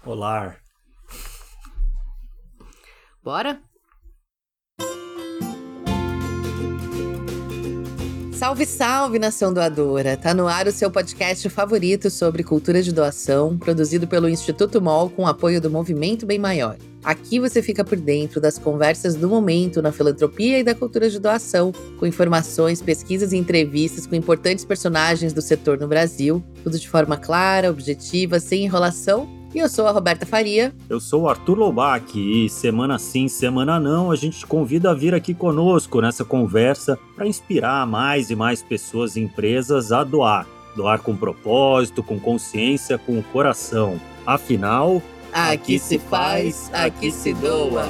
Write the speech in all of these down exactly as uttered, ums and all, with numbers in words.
Olá. Bora? Salve, salve, nação doadora! Tá no ar o seu podcast favorito sobre cultura de doação, produzido pelo Instituto M O L com apoio do Movimento Bem Maior. Aqui você fica por dentro das conversas do momento na filantropia e da cultura de doação, com informações, pesquisas e entrevistas com importantes personagens do setor no Brasil, tudo de forma clara, objetiva, sem enrolação. E eu sou a Roberta Faria. Eu sou o Arthur Lobac e semana sim, semana não, a gente te convida a vir aqui conosco nessa conversa para inspirar mais e mais pessoas e empresas a doar. Doar com propósito, com consciência, com o coração. Afinal, aqui se faz, aqui se doa.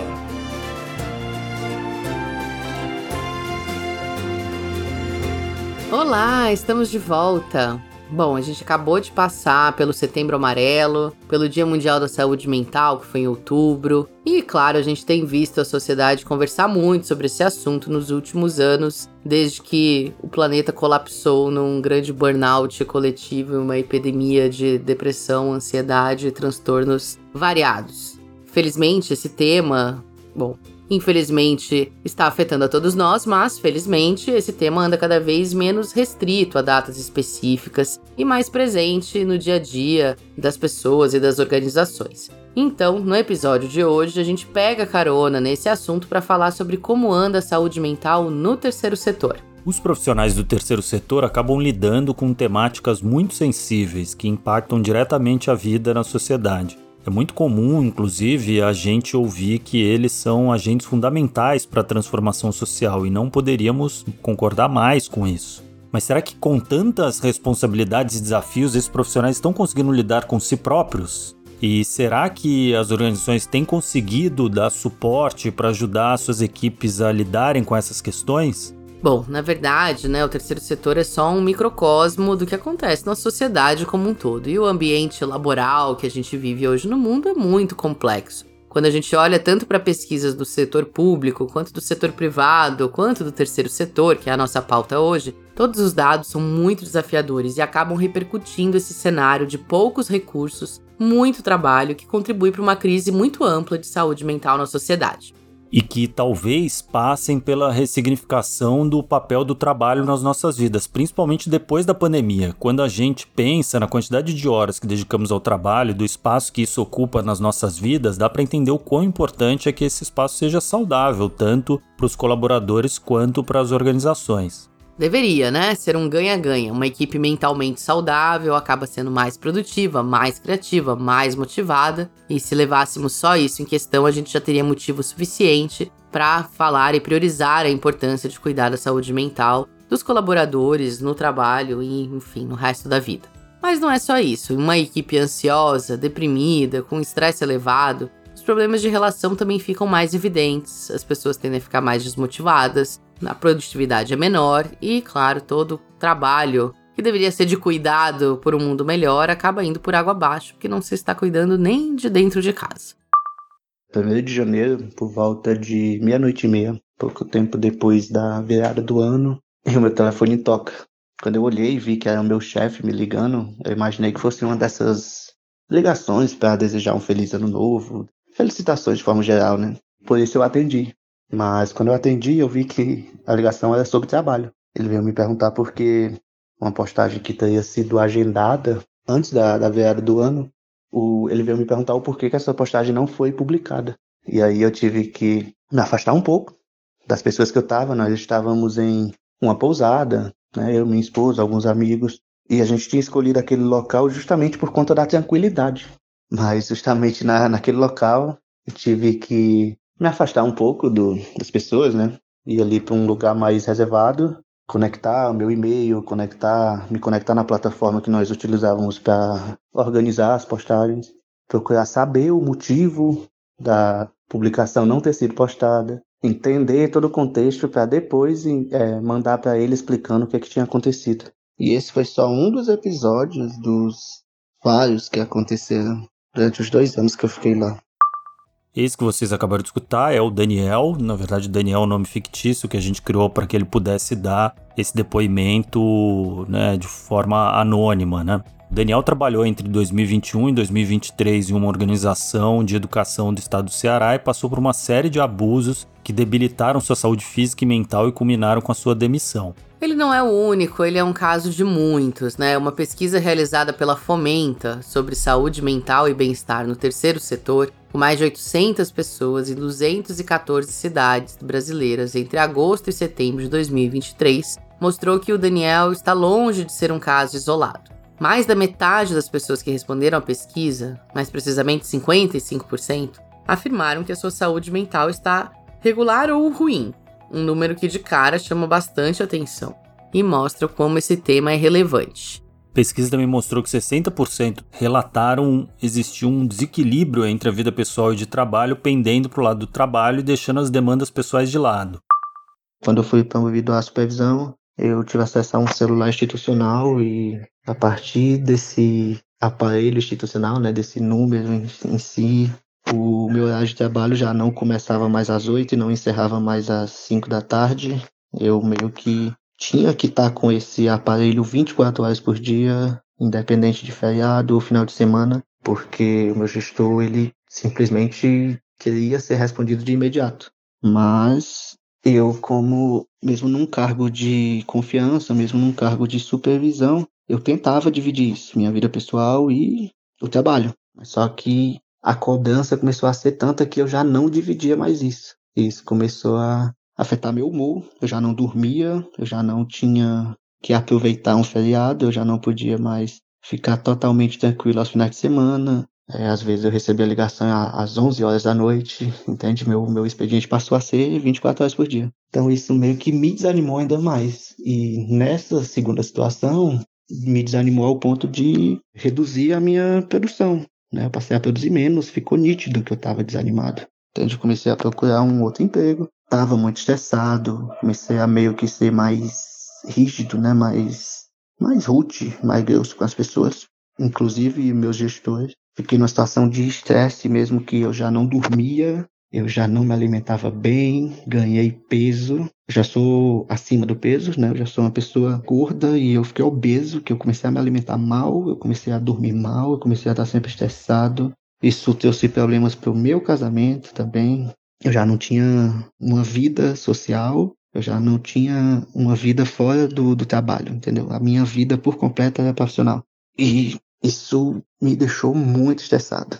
Olá, estamos de volta. Bom, a gente acabou de passar pelo Setembro Amarelo, pelo Dia Mundial da Saúde Mental, que foi em outubro. E, claro, a gente tem visto a sociedade conversar muito sobre esse assunto nos últimos anos, desde que o planeta colapsou num grande burnout coletivo e uma epidemia de depressão, ansiedade e transtornos variados. Felizmente, esse tema, bom, infelizmente está afetando a todos nós, mas felizmente esse tema anda cada vez menos restrito a datas específicas e mais presente no dia a dia das pessoas e das organizações. Então, no episódio de hoje, a gente pega carona nesse assunto para falar sobre como anda a saúde mental no terceiro setor. Os profissionais do terceiro setor acabam lidando com temáticas muito sensíveis que impactam diretamente a vida na sociedade. É muito comum, inclusive, a gente ouvir que eles são agentes fundamentais para a transformação social e não poderíamos concordar mais com isso. Mas será que com tantas responsabilidades e desafios esses profissionais estão conseguindo lidar com si próprios? E será que as organizações têm conseguido dar suporte para ajudar suas equipes a lidarem com essas questões? Bom, na verdade, né, o terceiro setor é só um microcosmo do que acontece na sociedade como um todo. E o ambiente laboral que a gente vive hoje no mundo é muito complexo. Quando a gente olha tanto para pesquisas do setor público, quanto do setor privado, quanto do terceiro setor, que é a nossa pauta hoje, todos os dados são muito desafiadores e acabam repercutindo esse cenário de poucos recursos, muito trabalho, que contribui para uma crise muito ampla de saúde mental na sociedade. E que talvez passem pela ressignificação do papel do trabalho nas nossas vidas, principalmente depois da pandemia. Quando a gente pensa na quantidade de horas que dedicamos ao trabalho, do espaço que isso ocupa nas nossas vidas, dá para entender o quão importante é que esse espaço seja saudável, tanto para os colaboradores quanto para as organizações. Deveria, né? Ser um ganha-ganha. Uma equipe mentalmente saudável acaba sendo mais produtiva, mais criativa, mais motivada. E se levássemos só isso em questão, a gente já teria motivo suficiente para falar e priorizar a importância de cuidar da saúde mental dos colaboradores no trabalho e, enfim, no resto da vida. Mas não é só isso. Uma equipe ansiosa, deprimida, com estresse elevado, os problemas de relação também ficam mais evidentes. As pessoas tendem a ficar mais desmotivadas, a produtividade é menor e, claro, todo trabalho que deveria ser de cuidado por um mundo melhor acaba indo por água abaixo, porque não se está cuidando nem de dentro de casa. primeiro de janeiro, por volta de meia-noite e meia, pouco tempo depois da virada do ano, e o meu telefone toca. Quando eu olhei e vi que era o meu chefe me ligando, eu imaginei que fosse uma dessas ligações para desejar um feliz ano novo, felicitações de forma geral, né? Por isso eu atendi. Mas quando eu atendi, eu vi que a ligação era sobre trabalho. Ele veio me perguntar por que uma postagem que teria sido agendada antes da, da virada do ano, o, ele veio me perguntar o porquê que essa postagem não foi publicada. E aí eu tive que me afastar um pouco das pessoas que eu estava. Nós estávamos em uma pousada, né, eu, minha esposa, alguns amigos, e a gente tinha escolhido aquele local justamente por conta da tranquilidade. Mas justamente na, naquele local eu tive que me afastar um pouco do, das pessoas, né? Ir ali para um lugar mais reservado, conectar o meu e-mail, conectar, me conectar na plataforma que nós utilizávamos para organizar as postagens, procurar saber o motivo da publicação não ter sido postada, entender todo o contexto para depois é, mandar para ele explicando o que, é que tinha acontecido. E esse foi só um dos episódios dos vários que aconteceram durante os dois anos que eu fiquei lá. Esse que vocês acabaram de escutar é o Daniel. Na verdade, Daniel é um nome fictício que a gente criou para que ele pudesse dar esse depoimento, né, de forma anônima, né? Daniel trabalhou entre dois mil e vinte e um e dois mil e vinte e três em uma organização de educação do estado do Ceará e passou por uma série de abusos que debilitaram sua saúde física e mental e culminaram com a sua demissão. Ele não é o único, ele é um caso de muitos, né? Uma pesquisa realizada pela Fomenta sobre saúde mental e bem-estar no terceiro setor, com mais de oitocentas pessoas em duzentas e quatorze cidades brasileiras entre agosto e setembro de dois mil e vinte e três, mostrou que o Daniel está longe de ser um caso isolado. Mais da metade das pessoas que responderam à pesquisa, mais precisamente cinquenta e cinco por cento, afirmaram que a sua saúde mental está regular ou ruim, um número que de cara chama bastante atenção e mostra como esse tema é relevante. A pesquisa também mostrou que sessenta por cento relataram existir um desequilíbrio entre a vida pessoal e de trabalho, pendendo para o lado do trabalho e deixando as demandas pessoais de lado. Quando eu fui promovido à supervisão, eu tive acesso a um celular institucional e a partir desse aparelho institucional, né, desse número em, em si, o meu horário de trabalho já não começava mais às oito e não encerrava mais às cinco da tarde. Eu meio que tinha que estar com esse aparelho vinte e quatro horas por dia, independente de feriado ou final de semana, porque o meu gestor, ele simplesmente queria ser respondido de imediato. Mas eu, como, mesmo num cargo de confiança, mesmo num cargo de supervisão, eu tentava dividir isso, minha vida pessoal e o trabalho. Só que a cobrança começou a ser tanta que eu já não dividia mais isso. Isso começou a afetar meu humor, eu já não dormia, eu já não tinha que aproveitar um feriado, eu já não podia mais ficar totalmente tranquilo aos finais de semana. É, às vezes eu recebia ligação às onze horas da noite, entende? Meu, meu expediente passou a ser vinte e quatro horas por dia. Então isso meio que me desanimou ainda mais. E nessa segunda situação, me desanimou ao ponto de reduzir a minha produção, né? Eu passei a produzir menos, ficou nítido que eu estava desanimado. Então eu comecei a procurar um outro emprego, estava muito estressado, comecei a meio que ser mais rígido, né? Mais, mais rude, mais grosso com as pessoas, inclusive meus gestores. Fiquei numa situação de estresse, mesmo que eu já não dormia, eu já não me alimentava bem, ganhei peso, já sou acima do peso, né? Eu já sou uma pessoa gorda e eu fiquei obeso, que eu comecei a me alimentar mal, eu comecei a dormir mal, eu comecei a estar sempre estressado. Isso trouxe problemas para o meu casamento também. Eu já não tinha uma vida social, eu já não tinha uma vida fora do, do trabalho, entendeu? A minha vida por completo era profissional. E isso me deixou muito estressado.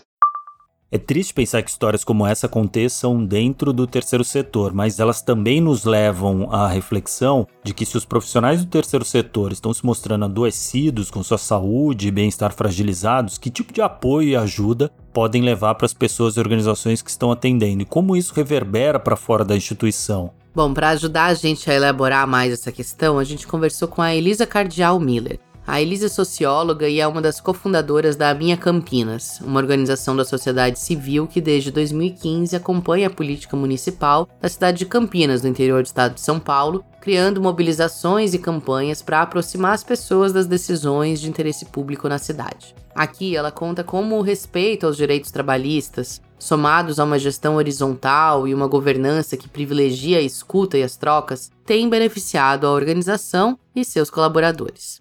É triste pensar que histórias como essa aconteçam dentro do terceiro setor, mas elas também nos levam à reflexão de que se os profissionais do terceiro setor estão se mostrando adoecidos, com sua saúde e bem-estar fragilizados, que tipo de apoio e ajuda podem levar para as pessoas e organizações que estão atendendo e como isso reverbera para fora da instituição? Bom, para ajudar a gente a elaborar mais essa questão, a gente conversou com a Elisa Cardial Miller. A Elisa é socióloga e é uma das cofundadoras da Minha Campinas, uma organização da sociedade civil que desde dois mil e quinze acompanha a política municipal da cidade de Campinas, no interior do estado de São Paulo, criando mobilizações e campanhas para aproximar as pessoas das decisões de interesse público na cidade. Aqui ela conta como o respeito aos direitos trabalhistas, somados a uma gestão horizontal e uma governança que privilegia a escuta e as trocas, tem beneficiado a organização e seus colaboradores.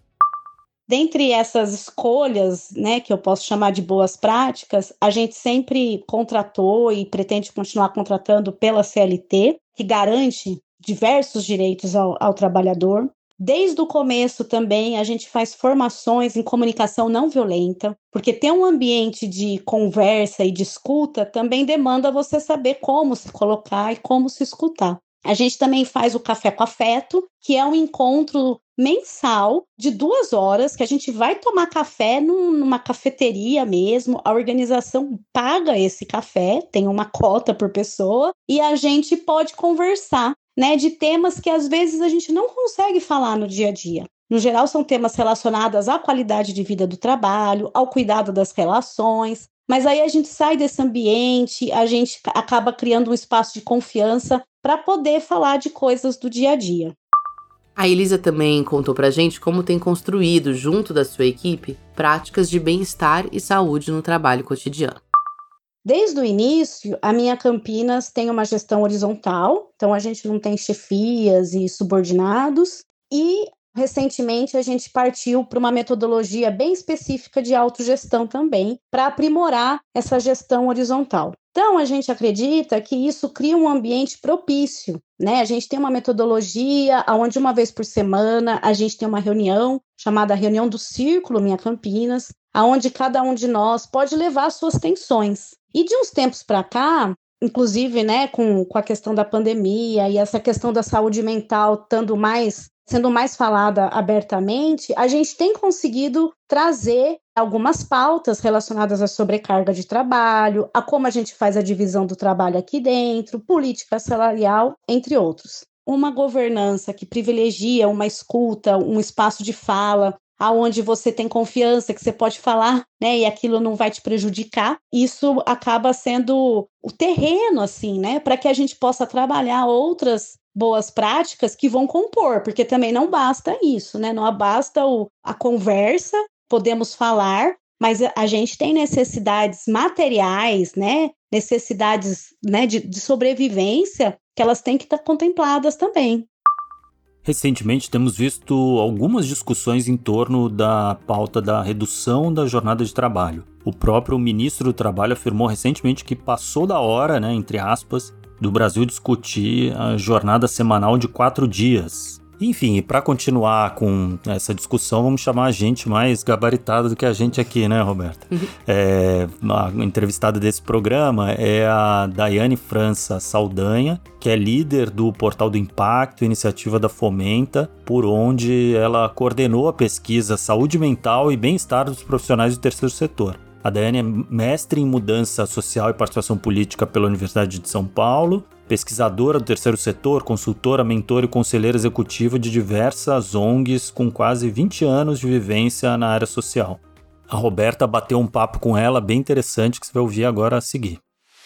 Dentre essas escolhas, né, que eu posso chamar de boas práticas, a gente sempre contratou e pretende continuar contratando pela C L T, que garante diversos direitos ao, ao trabalhador. Desde o começo também a gente faz formações em comunicação não violenta, porque ter um ambiente de conversa e de escuta também demanda você saber como se colocar e como se escutar. A gente também faz o Café com Afeto, que é um encontro mensal de duas horas, que a gente vai tomar café num, numa cafeteria mesmo, a organização paga esse café, tem uma cota por pessoa, e a gente pode conversar, né, de temas que às vezes a gente não consegue falar no dia a dia. No geral, são temas relacionados à qualidade de vida do trabalho, ao cuidado das relações, mas aí a gente sai desse ambiente, a gente acaba criando um espaço de confiança para poder falar de coisas do dia a dia. A Elisa também contou pra gente como tem construído, junto da sua equipe, práticas de bem-estar e saúde no trabalho cotidiano. Desde o início, a Minha Campinas tem uma gestão horizontal, então a gente não tem chefias e subordinados, e recentemente a gente partiu para uma metodologia bem específica de autogestão também, para aprimorar essa gestão horizontal. Então, a gente acredita que isso cria um ambiente propício, né? A gente tem uma metodologia onde uma vez por semana a gente tem uma reunião chamada Reunião do Círculo Minha Campinas, onde cada um de nós pode levar suas tensões. E de uns tempos para cá, inclusive, né, com, com a questão da pandemia e essa questão da saúde mental estando mais, sendo mais falada abertamente, a gente tem conseguido trazer algumas pautas relacionadas à sobrecarga de trabalho, a como a gente faz a divisão do trabalho aqui dentro, política salarial, entre outros. Uma governança que privilegia uma escuta, um espaço de fala, aonde você tem confiança, que você pode falar, né, e aquilo não vai te prejudicar, isso acaba sendo o terreno, assim, né, para que a gente possa trabalhar outras boas práticas que vão compor, porque também não basta isso, né, não basta o, a conversa, podemos falar, mas a gente tem necessidades materiais, né, necessidades, né, de, de sobrevivência, que elas têm que estar contempladas também. Recentemente temos visto algumas discussões em torno da pauta da redução da jornada de trabalho. O próprio ministro do Trabalho afirmou recentemente que passou da hora, né, entre aspas, do Brasil discutir a jornada semanal de quatro dias. Enfim, para continuar com essa discussão, vamos chamar a gente mais gabaritada do que a gente aqui, né, Roberta? Uhum. É, a entrevistada desse programa é a Daiane França Saldanha, que é líder do Portal do Impacto, iniciativa da Fomenta, por onde ela coordenou a pesquisa Saúde Mental e Bem-Estar dos Profissionais do Terceiro Setor. A Daiane é mestre em Mudança Social e Participação Política pela Universidade de São Paulo, pesquisadora do terceiro setor, consultora, mentora e conselheira executiva de diversas O N Gs com quase vinte anos de vivência na área social. A Roberta bateu um papo com ela bem interessante que você vai ouvir agora a seguir.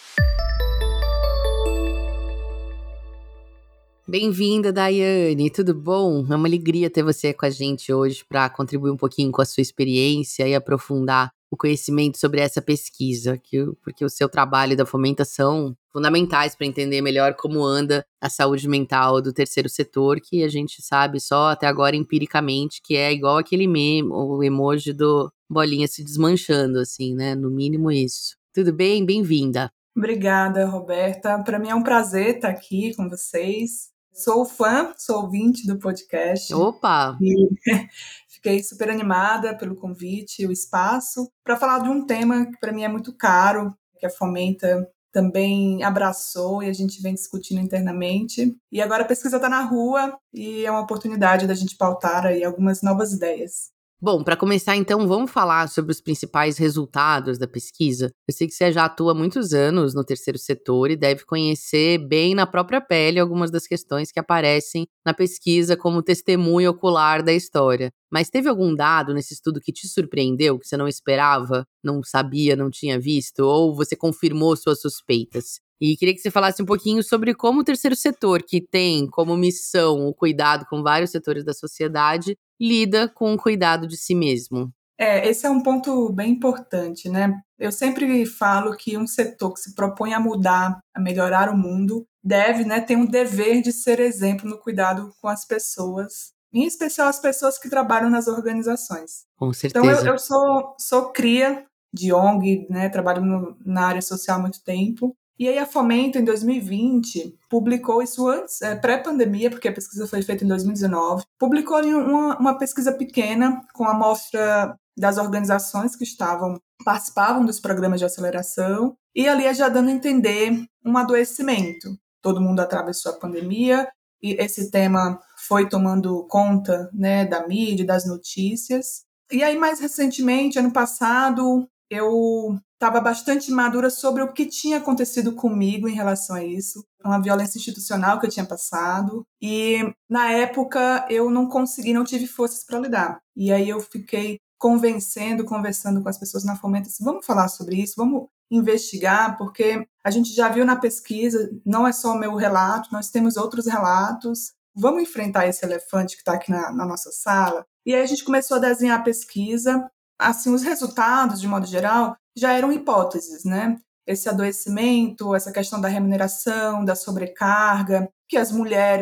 Bem-vinda, Daiane, tudo bom? É uma alegria ter você com a gente hoje para contribuir um pouquinho com a sua experiência e aprofundar o conhecimento sobre essa pesquisa, que, porque o seu trabalho e da Fomenta são fundamentais para entender melhor como anda a saúde mental do terceiro setor, que a gente sabe só até agora empiricamente que é igual aquele meme, o emoji do bolinha se desmanchando, assim, né? No mínimo isso. Tudo bem? Bem-vinda. Obrigada, Roberta. Para mim é um prazer estar aqui com vocês. Sou fã, sou ouvinte do podcast. Opa! E fiquei super animada pelo convite e o espaço para falar de um tema que para mim é muito caro, que a Fomenta também abraçou e a gente vem discutindo internamente. E agora a pesquisa está na rua e é uma oportunidade da gente pautar aí algumas novas ideias. Bom, para começar então, vamos falar sobre os principais resultados da pesquisa. Eu sei que você já atua há muitos anos no terceiro setor e deve conhecer bem na própria pele algumas das questões que aparecem na pesquisa como testemunho ocular da história. Mas teve algum dado nesse estudo que te surpreendeu, que você não esperava, não sabia, não tinha visto, ou você confirmou suas suspeitas? E queria que você falasse um pouquinho sobre como o terceiro setor, que tem como missão o cuidado com vários setores da sociedade, lida com o cuidado de si mesmo. É, esse é um ponto bem importante, né? Eu sempre falo que um setor que se propõe a mudar, a melhorar o mundo, deve, né, ter um dever de ser exemplo no cuidado com as pessoas, em especial as pessoas que trabalham nas organizações. Com certeza. Então, eu, eu sou, sou cria de O N G, né, trabalho no, na área social há muito tempo. E aí a Fomenta, em dois mil e vinte, publicou isso antes, é, pré-pandemia, porque a pesquisa foi feita em dois mil e dezenove, publicou uma, uma pesquisa pequena com a amostra das organizações que estavam, participavam dos programas de aceleração, e ali já dando a entender um adoecimento. Todo mundo atravessou a pandemia, e esse tema foi tomando conta, né, da mídia, das notícias. E aí, mais recentemente, ano passado, eu estava bastante madura sobre o que tinha acontecido comigo em relação a isso, uma violência institucional que eu tinha passado, e na época eu não consegui, não tive forças para lidar. E aí eu fiquei convencendo, conversando com as pessoas na Fomenta, assim, vamos falar sobre isso, vamos investigar, porque a gente já viu na pesquisa, não é só o meu relato, nós temos outros relatos, vamos enfrentar esse elefante que está aqui na, na nossa sala. E aí a gente começou a desenhar a pesquisa. Assim, os resultados, de modo geral, já eram hipóteses, né? Esse adoecimento, essa questão da remuneração, da sobrecarga, que as mulheres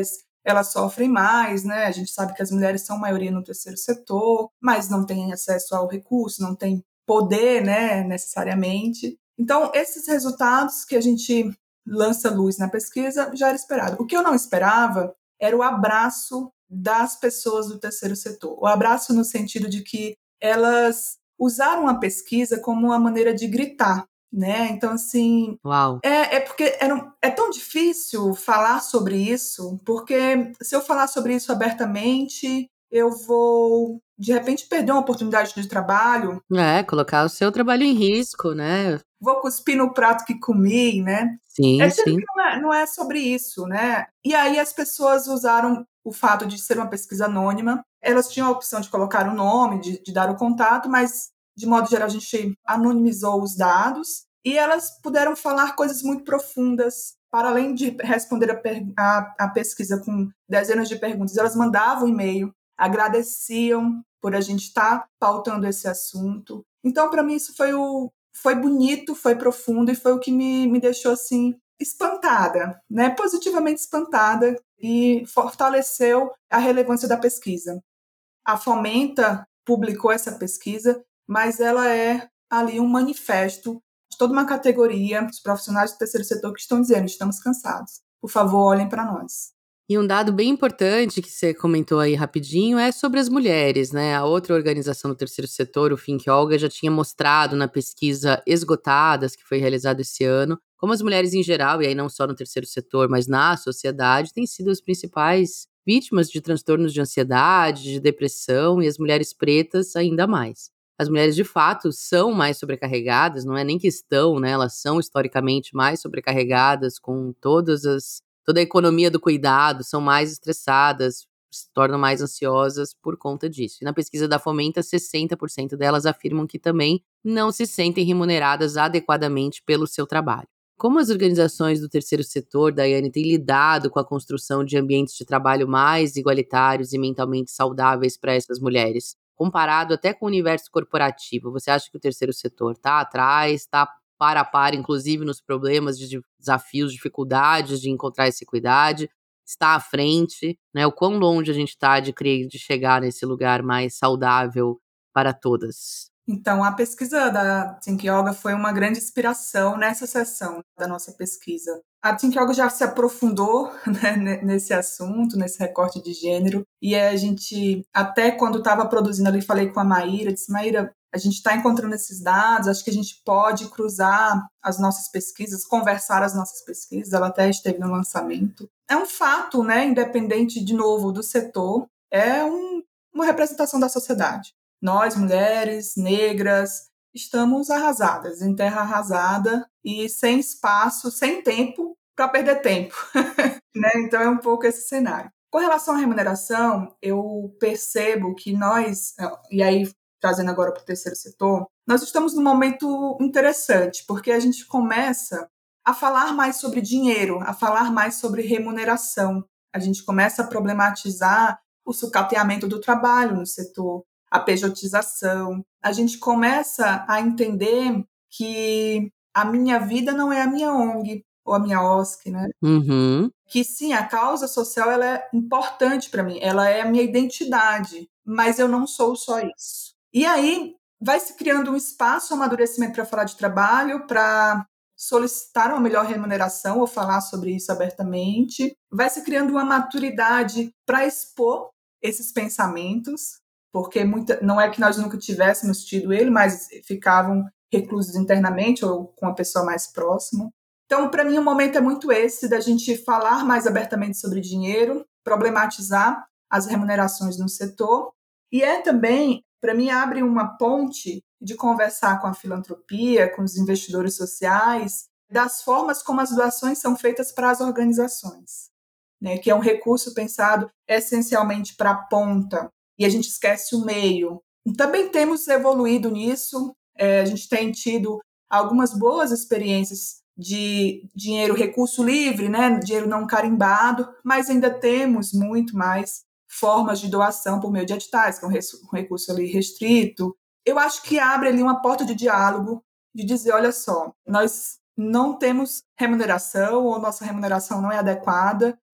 elas sofrem mais, né? A gente sabe que as mulheres são maioria no terceiro setor, mas não têm acesso ao recurso, não têm poder, né, necessariamente. Então, esses resultados que a gente lança luz na pesquisa já era esperado. O que eu não esperava era o abraço das pessoas do terceiro setor. O abraço no sentido de que elas usaram a pesquisa como uma maneira de gritar, né? Então, assim, Uau. é, é porque é, é tão difícil falar sobre isso, porque se eu falar sobre isso abertamente, eu vou, de repente, perder uma oportunidade de trabalho. É, colocar o seu trabalho em risco, né? Vou cuspir no prato que comi, né? Sim, É sendo sim. que não é, não é sobre isso, né? E aí as pessoas usaram o fato de ser uma pesquisa anônima. Elas tinham a opção de colocar o nome, de, de dar o contato, mas, de modo geral, a gente anonimizou os dados e elas puderam falar coisas muito profundas. Para além de responder a, a, a pesquisa com dezenas de perguntas, elas mandavam e-mail, agradeciam por a gente estar pautando esse assunto. Então, para mim, isso foi o, foi bonito, foi profundo e foi o que me, me deixou assim espantada, né? Positivamente espantada, e fortaleceu a relevância da pesquisa. A Fomenta publicou essa pesquisa, mas ela é ali um manifesto de toda uma categoria, os profissionais do terceiro setor que estão dizendo: estamos cansados, por favor, olhem para nós. E um dado bem importante que você comentou aí rapidinho é sobre as mulheres, né? A outra organização do terceiro setor, o Think Olga, já tinha mostrado na pesquisa Esgotadas, que foi realizada esse ano, como as mulheres em geral, e aí não só no terceiro setor, mas na sociedade, têm sido as principais vítimas de transtornos de ansiedade, de depressão, e as mulheres pretas ainda mais. As mulheres, de fato, são mais sobrecarregadas, não é nem que estão, né? Elas são historicamente mais sobrecarregadas com todas as toda a economia do cuidado, são mais estressadas, se tornam mais ansiosas por conta disso. E na pesquisa da Fomenta, sessenta por cento delas afirmam que também não se sentem remuneradas adequadamente pelo seu trabalho. Como as organizações do terceiro setor, Daiane, têm lidado com a construção de ambientes de trabalho mais igualitários e mentalmente saudáveis para essas mulheres? Comparado até com o universo corporativo, você acha que o terceiro setor está atrás, está para a par, inclusive nos problemas de desafios, dificuldades de encontrar essa equidade, está à frente, né? O quão longe a gente está de, de chegar nesse lugar mais saudável para todas? Então, a pesquisa da Think Yoga foi uma grande inspiração nessa sessão da nossa pesquisa. A Think Yoga já se aprofundou, né, nesse assunto, nesse recorte de gênero, e a gente, até quando estava produzindo ali, falei com a Maíra, disse: Maíra, a gente está encontrando esses dados, acho que a gente pode cruzar as nossas pesquisas, conversar as nossas pesquisas. Ela até esteve no lançamento. É um fato, né, independente, de novo, do setor, é um, uma representação da sociedade. Nós, mulheres negras, estamos arrasadas, em terra arrasada e sem espaço, sem tempo para perder tempo. Né? Então é um pouco esse cenário. Com relação à remuneração, eu percebo que nós, e aí trazendo agora para o terceiro setor, nós estamos num momento interessante, porque a gente começa a falar mais sobre dinheiro, a falar mais sobre remuneração. A gente começa a problematizar o sucateamento do trabalho no setor, a pejotização. A gente começa a entender que a minha vida não é a minha O N G ou a minha O S C, né? Uhum. Que sim, a causa social ela é importante para mim, ela é a minha identidade, mas eu não sou só isso. E aí vai se criando um espaço, um amadurecimento para falar de trabalho, para solicitar uma melhor remuneração ou falar sobre isso abertamente. Vai se criando uma maturidade para expor esses pensamentos, porque muita, não é que nós nunca tivéssemos tido ele, mas ficavam reclusos internamente ou com a pessoa mais próxima. Então, para mim, o momento é muito esse, da gente falar mais abertamente sobre dinheiro, problematizar as remunerações no setor, e é também, para mim, abre uma ponte de conversar com a filantropia, com os investidores sociais, das formas como as doações são feitas para as organizações, né, que é um recurso pensado essencialmente para a ponta, e a gente esquece o meio. Também temos evoluído nisso, é, a gente tem tido algumas boas experiências de dinheiro, recurso livre, né, dinheiro não carimbado, mas ainda temos muito mais formas de doação por meio de editais, que é um recurso ali restrito. Eu acho que abre ali uma porta de diálogo, de dizer, olha só, nós não temos remuneração, ou nossa remuneração não é adequada,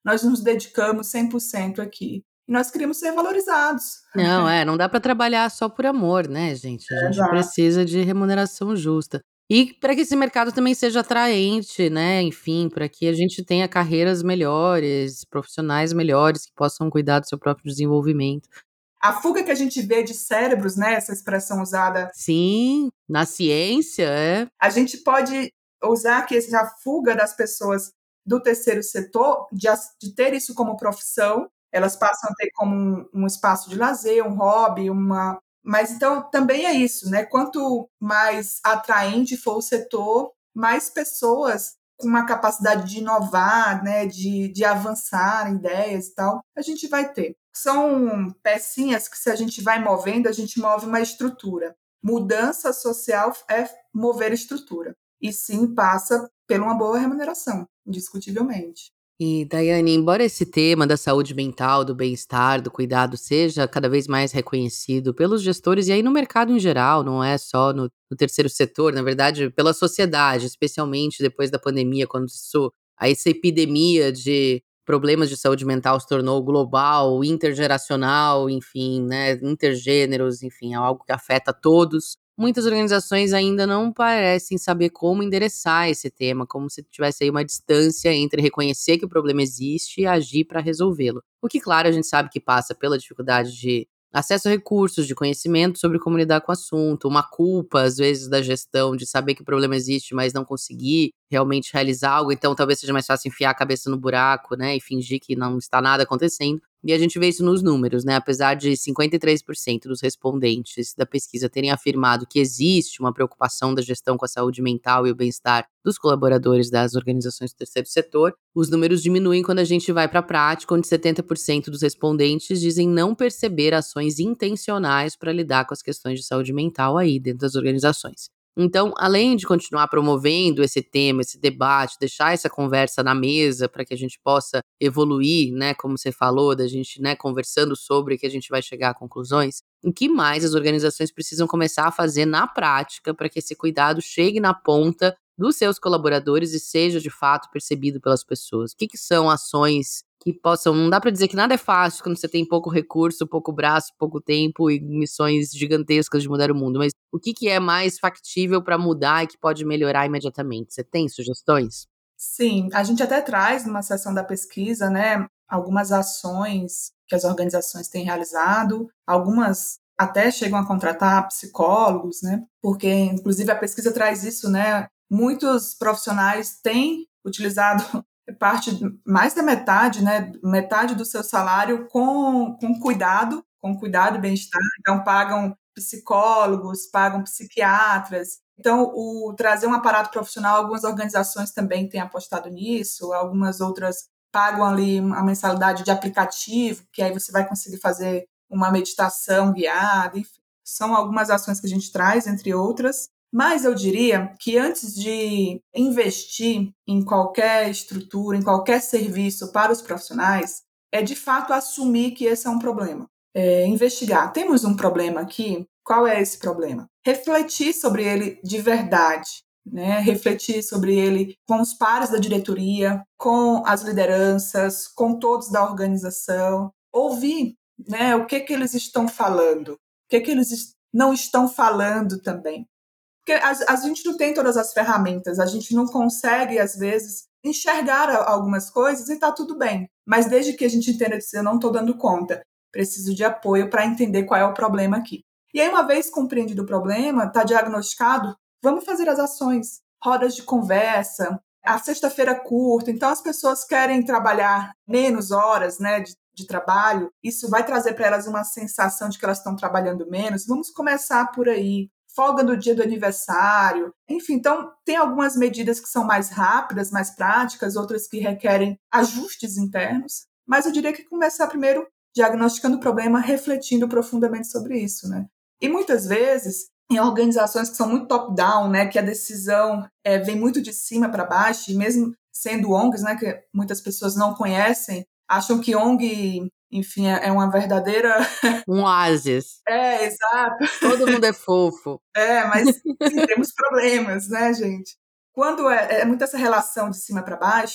nós nos dedicamos cem por cento aqui. E nós queríamos ser valorizados. Não, é, não dá para trabalhar só por amor, né, gente? A gente Exato. precisa de remuneração justa. E para que esse mercado também seja atraente, né? Enfim, para que a gente tenha carreiras melhores, profissionais melhores que possam cuidar do seu próprio desenvolvimento. A fuga que a gente vê de cérebros, né, essa expressão usada. Sim, na ciência, é. A gente pode usar que essa fuga das pessoas do terceiro setor, de, de ter isso como profissão, elas passam a ter como um, um espaço de lazer, um hobby, uma... Mas então também é isso, né? Quanto mais atraente for o setor, mais pessoas com uma capacidade de inovar, né, de, de avançar em ideias e tal, a gente vai ter. São pecinhas que, se a gente vai movendo, a gente move uma estrutura. Mudança social é mover estrutura. E sim, passa por uma boa remuneração, indiscutivelmente. E, Daiane, embora esse tema da saúde mental, do bem-estar, do cuidado seja cada vez mais reconhecido pelos gestores e aí no mercado em geral, não é só no, no terceiro setor, na verdade, pela sociedade, especialmente depois da pandemia, quando isso, essa epidemia de problemas de saúde mental se tornou global, intergeracional, enfim, né, intergêneros, enfim, é algo que afeta todos. Muitas organizações ainda não parecem saber como endereçar esse tema, como se tivesse aí uma distância entre reconhecer que o problema existe e agir para resolvê-lo. O que, claro, a gente sabe que passa pela dificuldade de acesso a recursos, de conhecimento sobre como lidar com o assunto, uma culpa, às vezes, da gestão de saber que o problema existe, mas não conseguir realmente realizar algo, então talvez seja mais fácil enfiar a cabeça no buraco, né, e fingir que não está nada acontecendo. E a gente vê isso nos números, né, apesar de cinquenta e três por cento dos respondentes da pesquisa terem afirmado que existe uma preocupação da gestão com a saúde mental e o bem-estar dos colaboradores das organizações do terceiro setor, os números diminuem quando a gente vai para a prática, onde setenta por cento dos respondentes dizem não perceber ações intencionais para lidar com as questões de saúde mental aí dentro das organizações. Então, além de continuar promovendo esse tema, esse debate, deixar essa conversa na mesa para que a gente possa evoluir, né, como você falou, da gente, né, conversando sobre que a gente vai chegar a conclusões, o que mais as organizações precisam começar a fazer na prática para que esse cuidado chegue na ponta dos seus colaboradores e seja de fato percebido pelas pessoas? O que, que são ações que possam... Não dá para dizer que nada é fácil quando você tem pouco recurso, pouco braço, pouco tempo e missões gigantescas de mudar o mundo, mas o que, que é mais factível para mudar e que pode melhorar imediatamente? Você tem sugestões? Sim, a gente até traz numa seção da pesquisa, né, algumas ações que as organizações têm realizado, algumas até chegam a contratar psicólogos, né, porque inclusive a pesquisa traz isso, né, muitos profissionais têm utilizado parte, mais da metade, né, metade do seu salário com, com cuidado, com cuidado e bem-estar, então pagam psicólogos, pagam psiquiatras. Então, o trazer um aparato profissional, algumas organizações também têm apostado nisso, algumas outras pagam ali uma mensalidade de aplicativo, que aí você vai conseguir fazer uma meditação guiada, enfim. São algumas ações que a gente traz, entre outras. Mas eu diria que antes de investir em qualquer estrutura, em qualquer serviço para os profissionais, é de fato assumir que esse é um problema. É, investigar, temos um problema aqui, qual é esse problema? Refletir sobre ele de verdade, né? Refletir sobre ele com os pares da diretoria, com as lideranças, com todos da organização, ouvir, né, o que, que eles estão falando, o que, que eles não estão falando também. Porque a, a gente não tem todas as ferramentas, a gente não consegue, às vezes, enxergar algumas coisas e está tudo bem. Mas desde que a gente entenda que eu não estou dando conta, preciso de apoio para entender qual é o problema aqui. E aí, uma vez compreendido o problema, está diagnosticado, vamos fazer as ações, rodas de conversa, a sexta-feira curta, então as pessoas querem trabalhar menos horas, né, de, de trabalho, isso vai trazer para elas uma sensação de que elas estão trabalhando menos, vamos começar por aí. Folga no dia do aniversário, enfim, então tem algumas medidas que são mais rápidas, mais práticas, outras que requerem ajustes internos, mas eu diria que começar primeiro diagnosticando o problema, refletindo profundamente sobre isso, né? E muitas vezes, em organizações que são muito top-down, né, que a decisão é, vem muito de cima para baixo, e mesmo sendo O N Gs, né, que muitas pessoas não conhecem, acham que O N G, enfim, é uma verdadeira... Um oásis. É, exato. Todo mundo é fofo. É, mas sim, temos problemas, né, gente? Quando é, é muito essa relação de cima para baixo,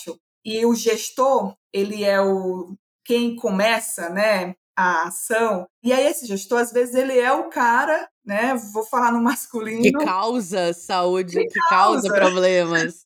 e o gestor, ele é o quem começa, né, a ação. E aí esse gestor, às vezes, ele é o cara, né, vou falar no masculino. Que causa saúde, que, que causa. causa problemas.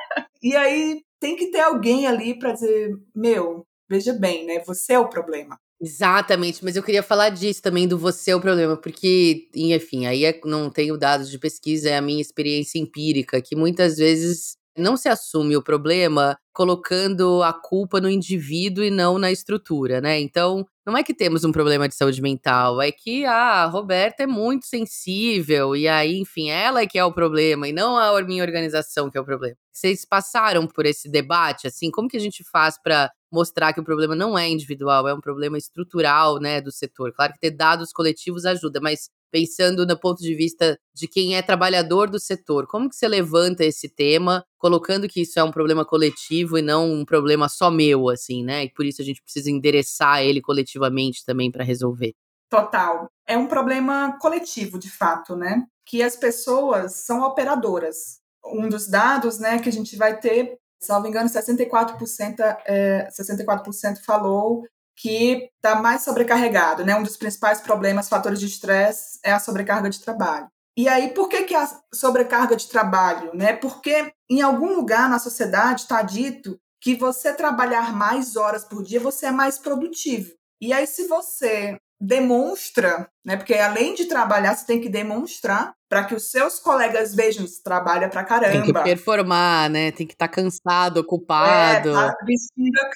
E aí tem que ter alguém ali para dizer, meu, veja bem, né, você é o problema. Exatamente, mas eu queria falar disso também, do você é o problema, porque, enfim, aí é, não tenho dados de pesquisa, é a minha experiência empírica, que muitas vezes não se assume o problema colocando a culpa no indivíduo e não na estrutura, né? Então, não é que temos um problema de saúde mental, é que ah, a Roberta é muito sensível, e aí, enfim, ela é que é o problema, e não a minha organização que é o problema. Vocês passaram por esse debate, assim, como que a gente faz para mostrar que o problema não é individual, é um problema estrutural, né, do setor? Claro que ter dados coletivos ajuda, mas pensando no ponto de vista de quem é trabalhador do setor, como que você levanta esse tema, colocando que isso é um problema coletivo e não um problema só meu, assim, né? E por isso a gente precisa endereçar ele coletivamente também para resolver. Total. É um problema coletivo, de fato, né? Que as pessoas são operadoras. Um dos dados, né, que a gente vai ter, salvo engano, sessenta e quatro por cento, é, sessenta e quatro por cento falou que está mais sobrecarregado, né? Um dos principais problemas, fatores de estresse, é a sobrecarga de trabalho. E aí, por que, que a sobrecarga de trabalho? Né? Porque em algum lugar na sociedade está dito que você trabalhar mais horas por dia, você é mais produtivo. E aí, se você demonstra, né? Porque além de trabalhar, você tem que demonstrar para que os seus colegas vejam que você trabalha pra caramba. Tem que performar, né? Tem que estar tá cansado, ocupado. É, tá vestindo a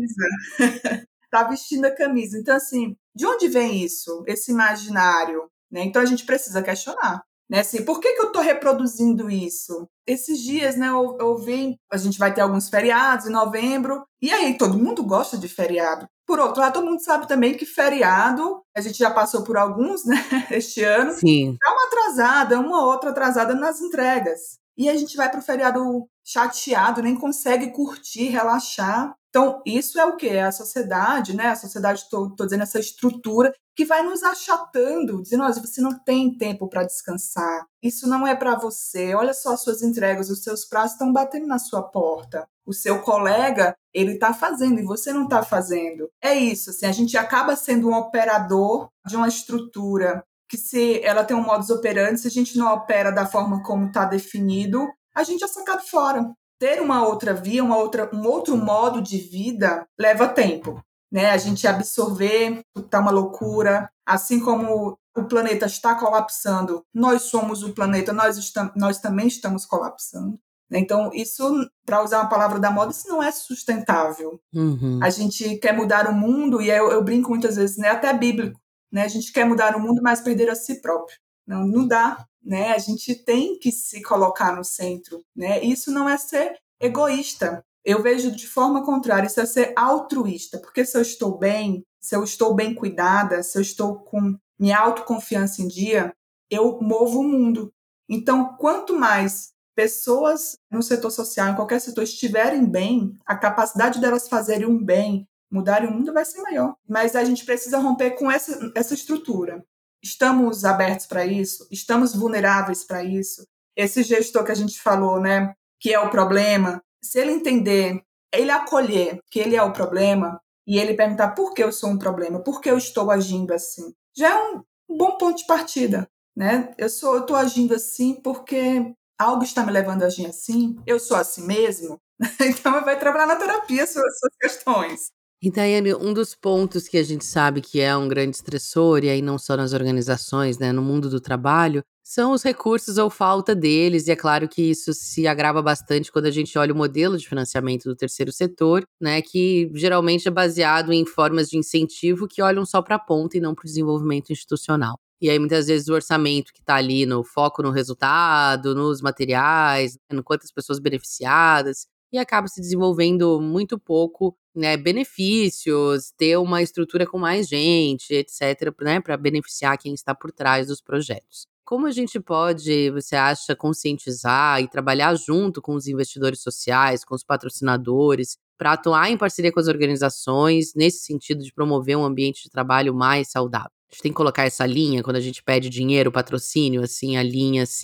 camisa. Tá vestindo a camisa. Então, assim, de onde vem isso? Esse imaginário? Né? Então, a gente precisa questionar. Né? Assim, por que, que eu estou reproduzindo isso? Esses dias, né, eu, eu vi, a gente vai ter alguns feriados em novembro, e aí todo mundo gosta de feriado. Por outro lado, todo mundo sabe também que feriado, a gente já passou por alguns, né, este ano, Sim. Dá uma atrasada, uma outra atrasada nas entregas. E a gente vai para o feriado chateado, nem consegue curtir, relaxar. Então, isso é o quê? É a sociedade, né? A sociedade, estou dizendo, essa estrutura que vai nos achatando, dizendo, olha, você não tem tempo para descansar, isso não é para você, olha só as suas entregas, os seus prazos estão batendo na sua porta. O seu colega, ele está fazendo e você não está fazendo. É isso, assim, a gente acaba sendo um operador de uma estrutura que, se ela tem um modus operandi, se a gente não opera da forma como está definido, a gente é sacado fora. Ter uma outra via, uma outra, um outro modo de vida leva tempo, né? A gente absorver, está uma loucura, assim como o planeta está colapsando, nós somos o planeta, nós, estamos, nós também estamos colapsando. Então, isso, para usar uma palavra da moda, isso não é sustentável. Uhum. A gente quer mudar o mundo, e eu, eu brinco muitas vezes, né? Até bíblico, né? A gente quer mudar o mundo, mas perder a si próprio. Não, não dá, né? A gente tem que se colocar no centro, né? Isso não é ser egoísta. Eu vejo de forma contrária, isso é ser altruísta, porque se eu estou bem, se eu estou bem cuidada, se eu estou com minha autoconfiança em dia, eu movo o mundo. Então, quanto mais pessoas no setor social, em qualquer setor, estiverem bem, a capacidade delas fazerem um bem, mudarem o mundo vai ser maior. Mas a gente precisa romper com essa, essa estrutura. Estamos abertos para isso? Estamos vulneráveis para isso? Esse gestor que a gente falou, né, que é o problema, se ele entender, ele acolher que ele é o problema e ele perguntar por que eu sou um problema, por que eu estou agindo assim, já é um bom ponto de partida, né? Eu sou, eu estou agindo assim porque algo está me levando a agir assim, eu sou assim mesmo, então vai trabalhar na terapia suas, suas questões. E, Daiane, um dos pontos que a gente sabe que é um grande estressor, e aí não só nas organizações, né, no mundo do trabalho, são os recursos ou falta deles, e é claro que isso se agrava bastante quando a gente olha o modelo de financiamento do terceiro setor, né, que geralmente é baseado em formas de incentivo que olham só para a ponta e não para o desenvolvimento institucional. E aí, muitas vezes, o orçamento que está ali no foco no resultado, nos materiais, no quantas pessoas beneficiadas, e acaba se desenvolvendo muito pouco, né, benefícios, ter uma estrutura com mais gente, etcétera, né, para beneficiar quem está por trás dos projetos. Como a gente pode, você acha, conscientizar e trabalhar junto com os investidores sociais, com os patrocinadores, para atuar em parceria com as organizações, nesse sentido de promover um ambiente de trabalho mais saudável? A gente tem que colocar essa linha, quando a gente pede dinheiro, patrocínio, assim, a linha, assim,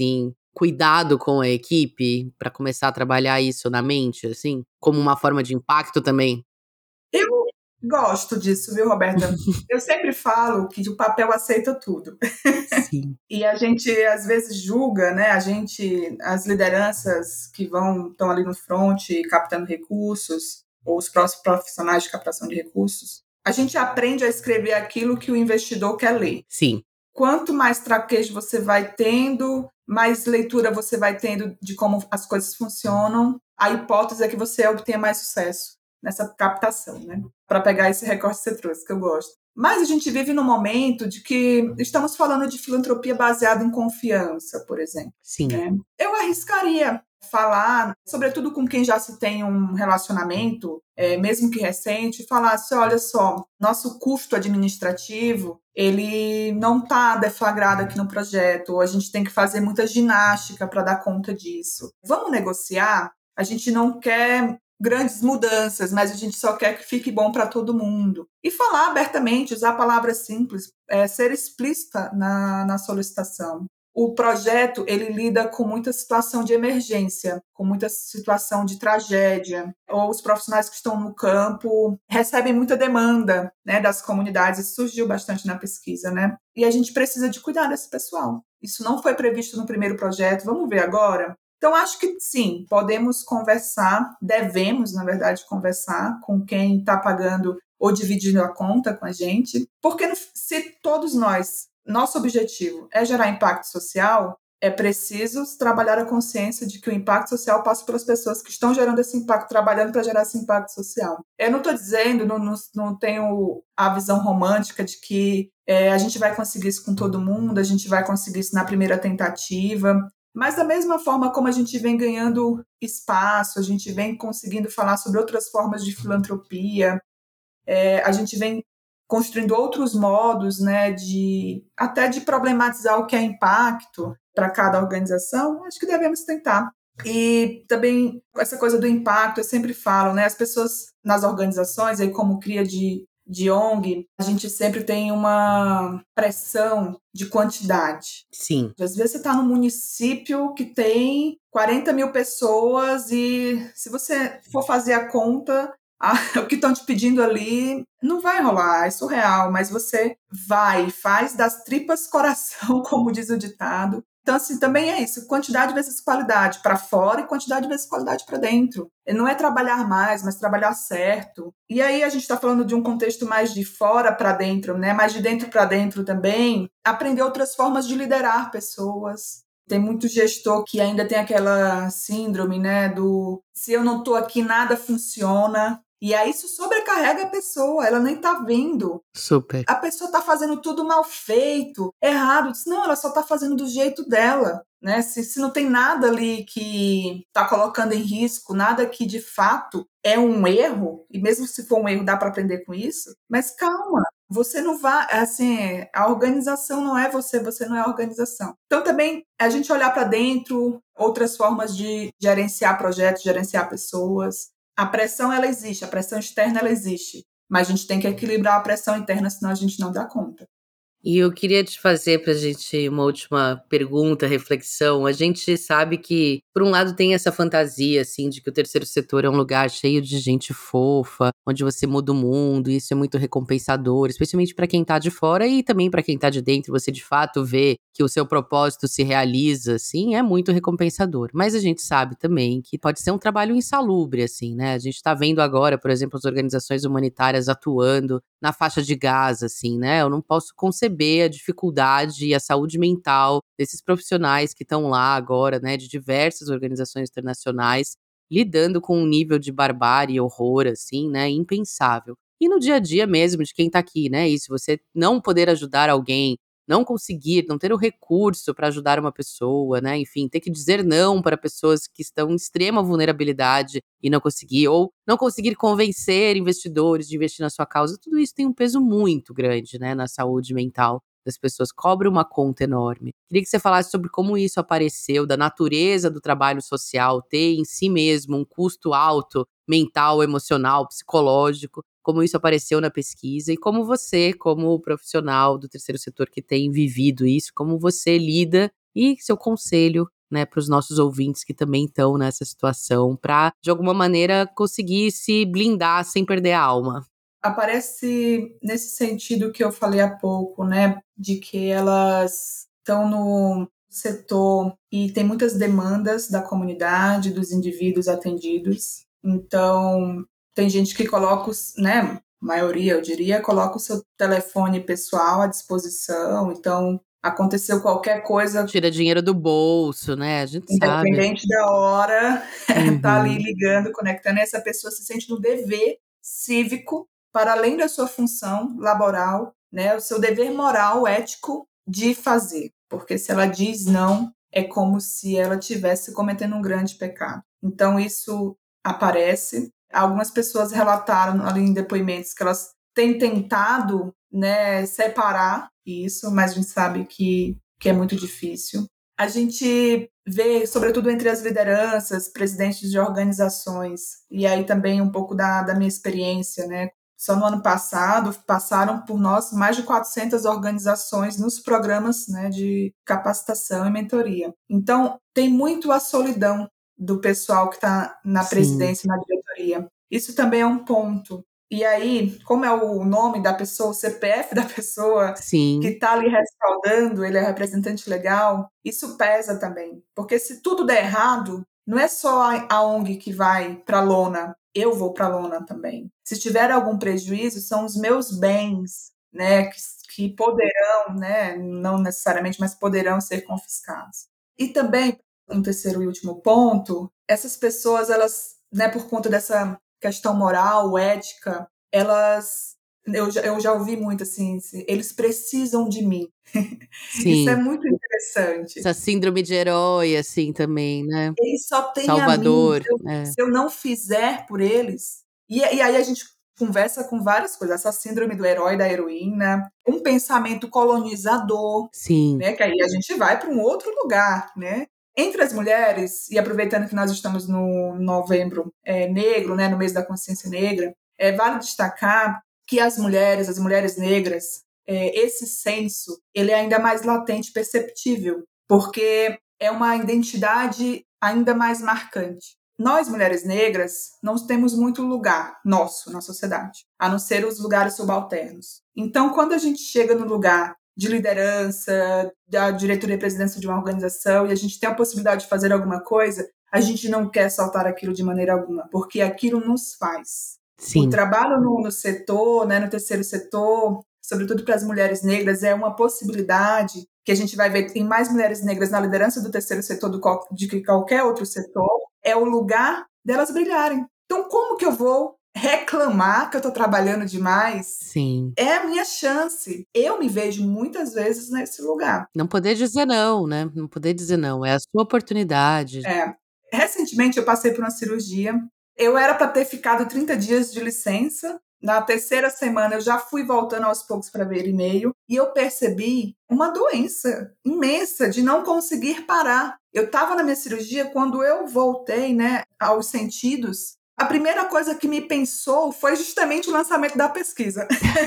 cuidado com a equipe para começar a trabalhar isso na mente, assim? Como uma forma de impacto também? Eu gosto disso, viu, Roberta? Eu sempre falo que o papel aceita tudo. Sim. E a gente, às vezes, julga, né? A gente, as lideranças que vão, estão ali no front captando recursos, ou os próximos profissionais de captação de recursos, a gente aprende a escrever aquilo que o investidor quer ler. Sim. Quanto mais traquejo você vai tendo, mais leitura você vai tendo de como as coisas funcionam, a hipótese é que você obtenha mais sucesso nessa captação, né? Para pegar esse recorte que você trouxe, que eu gosto. Mas a gente vive num momento de que estamos falando de filantropia baseada em confiança, por exemplo. Sim. Né? Eu arriscaria falar, sobretudo com quem já se tem um relacionamento, é, mesmo que recente, falar assim, olha só, nosso custo administrativo, ele não está deflagrado aqui no projeto, ou a gente tem que fazer muita ginástica para dar conta disso. Vamos negociar? A gente não quer grandes mudanças, mas a gente só quer que fique bom para todo mundo. E falar abertamente, usar palavras simples, é, ser explícita na, na solicitação. O projeto, ele lida com muita situação de emergência, com muita situação de tragédia, ou os profissionais que estão no campo recebem muita demanda, né, das comunidades, isso surgiu bastante na pesquisa, né? E a gente precisa de cuidar desse pessoal. Isso não foi previsto no primeiro projeto, vamos ver agora? Então, acho que sim, podemos conversar, devemos, na verdade, conversar com quem está pagando ou dividindo a conta com a gente, porque se todos nós, nosso objetivo é gerar impacto social, é preciso trabalhar a consciência de que o impacto social passa pelas pessoas que estão gerando esse impacto, trabalhando para gerar esse impacto social. Eu não estou dizendo, não, não, não tenho a visão romântica de que é, a gente vai conseguir isso com todo mundo, a gente vai conseguir isso na primeira tentativa. Mas da mesma forma como a gente vem ganhando espaço, a gente vem conseguindo falar sobre outras formas de filantropia, é, a gente vem construindo outros modos, né, de, até de problematizar o que é impacto para cada organização, acho que devemos tentar. E também essa coisa do impacto, eu sempre falo, né, as pessoas nas organizações, aí como cria de de O N G, a gente sempre tem uma pressão de quantidade. Sim. Às vezes você está num município que tem quarenta mil pessoas e se você for fazer a conta, ah, o que estão te pedindo ali não vai rolar, é surreal, mas você vai, faz das tripas coração, como diz o ditado. Então, assim, também é isso, quantidade vezes qualidade para fora e quantidade vezes qualidade para dentro. Não é trabalhar mais, mas trabalhar certo. E aí a gente está falando de um contexto mais de fora para dentro, né? Mas de dentro para dentro também, aprender outras formas de liderar pessoas. Tem muito gestor que ainda tem aquela síndrome, né, do se eu não estou aqui, nada funciona. E aí isso sobrecarrega a pessoa, ela nem tá vendo. Super. A pessoa tá fazendo tudo mal feito, errado. Não, ela só tá fazendo do jeito dela, né? Se, se não tem nada ali que tá colocando em risco, nada que de fato é um erro, e mesmo se for um erro dá para aprender com isso, mas calma. Você não vai, assim, a organização não é você, você não é a organização. Então também a gente olhar para dentro, outras formas de gerenciar projetos, gerenciar pessoas. A pressão, ela existe, a pressão externa, ela existe. Mas a gente tem que equilibrar a pressão interna, senão a gente não dá conta. E eu queria te fazer para a gente uma última pergunta, reflexão. A gente sabe que, por um lado, tem essa fantasia, assim, de que o terceiro setor é um lugar cheio de gente fofa, onde você muda o mundo, e isso é muito recompensador, especialmente para quem tá de fora e também para quem tá de dentro. Você, de fato, vê que o seu propósito se realiza, assim, é muito recompensador. Mas a gente sabe também que pode ser um trabalho insalubre, assim, né? A gente tá vendo agora, por exemplo, as organizações humanitárias atuando na faixa de Gaza, assim, né? Eu não posso conceber a dificuldade e a saúde mental desses profissionais que estão lá agora, né, de diversas organizações internacionais, lidando com um nível de barbárie e horror, assim, né, impensável. E no dia a dia mesmo de quem tá aqui, né, isso, você não poder ajudar alguém, não conseguir, não ter o recurso para ajudar uma pessoa, né? Enfim, ter que dizer não para pessoas que estão em extrema vulnerabilidade e não conseguir, ou não conseguir convencer investidores de investir na sua causa, tudo isso tem um peso muito grande, né, na saúde mental das pessoas, cobra uma conta enorme. Queria que você falasse sobre como isso apareceu, da natureza do trabalho social, ter em si mesmo um custo alto, mental, emocional, psicológico, como isso apareceu na pesquisa e como você, como profissional do terceiro setor que tem vivido isso, como você lida e seu conselho né, para os nossos ouvintes que também estão nessa situação, para, de alguma maneira, conseguir se blindar sem perder a alma? Aparece nesse sentido que eu falei há pouco, né, de que elas estão no setor e tem muitas demandas da comunidade, dos indivíduos atendidos. Então, tem gente que coloca, os, né, maioria, eu diria, coloca o seu telefone pessoal à disposição. Então, aconteceu qualquer coisa, tira dinheiro do bolso, né? A gente sabe. Independente da hora, Uhum. tá ali ligando, conectando, e essa pessoa se sente no dever cívico, para além da sua função laboral, né, o seu dever moral, ético de fazer. Porque se ela diz não, é como se ela estivesse cometendo um grande pecado. Então, isso aparece. Algumas pessoas relataram ali em depoimentos que elas têm tentado, né, separar isso, mas a gente sabe que, que é muito difícil. A gente vê, sobretudo entre as lideranças, presidentes de organizações, e aí também um pouco da, da minha experiência, né? Só no ano passado passaram por nós mais de quatrocentas organizações nos programas, né, de capacitação e mentoria. Então, tem muito a solidão do pessoal que está na Sim. presidência e na diretoria. Isso também é um ponto. E aí, como é o nome da pessoa, o C P F da pessoa Sim. que está ali respaldando, ele é representante legal, isso pesa também. Porque se tudo der errado, não é só a O N G que vai para a lona, eu vou para a lona também. Se tiver algum prejuízo, são os meus bens, né, que, que poderão, né, não necessariamente, mas poderão ser confiscados. E também, um terceiro e último ponto, essas pessoas, elas, né, por conta dessa questão moral, ética, elas, eu já, eu já ouvi muito assim, eles precisam de mim. Sim. Isso é muito interessante. Essa síndrome de herói, assim, também, né? Eles só têm Salvador, a mim. Se eu, é. se eu não fizer por eles... E, e aí a gente conversa com várias coisas. Essa síndrome do herói, da heroína. Um pensamento colonizador. Sim. Né, que aí a gente vai para um outro lugar, né? Entre as mulheres, e aproveitando que nós estamos no novembro é, negro, né, no mês da consciência negra, é, vale destacar que as mulheres, as mulheres negras, é, esse senso, ele é ainda mais latente, perceptível, porque é uma identidade ainda mais marcante. Nós, mulheres negras, não temos muito lugar nosso na sociedade, a não ser os lugares subalternos. Então, quando a gente chega no lugar de liderança, da diretoria e presidência de uma organização, e a gente tem a possibilidade de fazer alguma coisa, a gente não quer soltar aquilo de maneira alguma, porque aquilo nos faz. Sim. O trabalho no, no setor, né, no terceiro setor, sobretudo para as mulheres negras, é uma possibilidade que a gente vai ver em mais mulheres negras na liderança do terceiro setor do, de que qualquer outro setor, é o lugar delas brilharem. Então, como que eu vou reclamar que eu estou trabalhando demais? Sim. É a minha chance. Eu me vejo muitas vezes nesse lugar. Não poder dizer não, né? Não poder dizer não. É a sua oportunidade. É. Recentemente eu passei por uma cirurgia. Eu era para ter ficado trinta dias de licença. Na terceira semana eu já fui voltando aos poucos para ver e-mail e eu percebi uma doença imensa de não conseguir parar. Eu estava na minha cirurgia, quando eu voltei, né, aos sentidos, a primeira coisa que me pensou foi justamente o lançamento da pesquisa.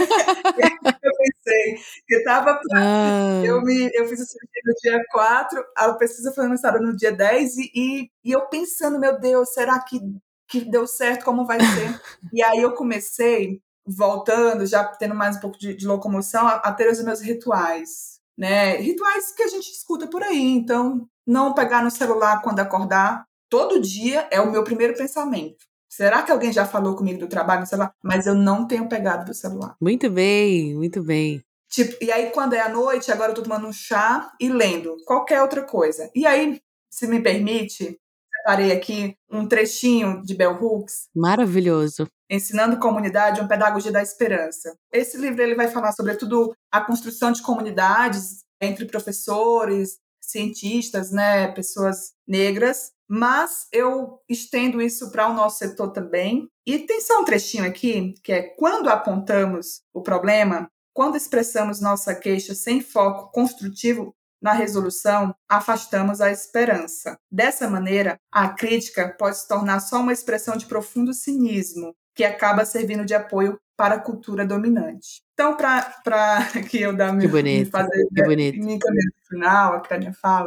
Eu pensei que estava pra... ah. eu, me, eu fiz a cirurgia no dia quatro, a pesquisa foi lançada no dia dez e, e, e eu pensando, meu Deus, será que, que deu certo? Como vai ser? E aí eu comecei, voltando, já tendo mais um pouco de, de locomoção, a, a ter os meus rituais, né? Rituais que a gente escuta por aí. Então, não pegar no celular quando acordar. Todo dia é o meu primeiro pensamento. Será que alguém já falou comigo do trabalho no celular? Mas eu não tenho pegado do celular. Muito bem, muito bem. Tipo, e aí, quando é à noite, agora eu tô tomando um chá e lendo. Qualquer outra coisa. E aí, se me permite, separei aqui um trechinho de Bell Hooks. Maravilhoso. Ensinando Comunidade, uma Pedagogia da Esperança. Esse livro ele vai falar, sobretudo, a construção de comunidades entre professores, cientistas, né, pessoas negras, mas eu estendo isso para o nosso setor também. E tem só um trechinho aqui, que é: quando apontamos o problema, quando expressamos nossa queixa sem foco construtivo na resolução, afastamos a esperança. Dessa maneira, a crítica pode se tornar só uma expressão de profundo cinismo, que acaba servindo de apoio para a cultura dominante. Então, para que eu dar que bonito, me fazer que bonito. me encaminhar no final, aqui a minha fala,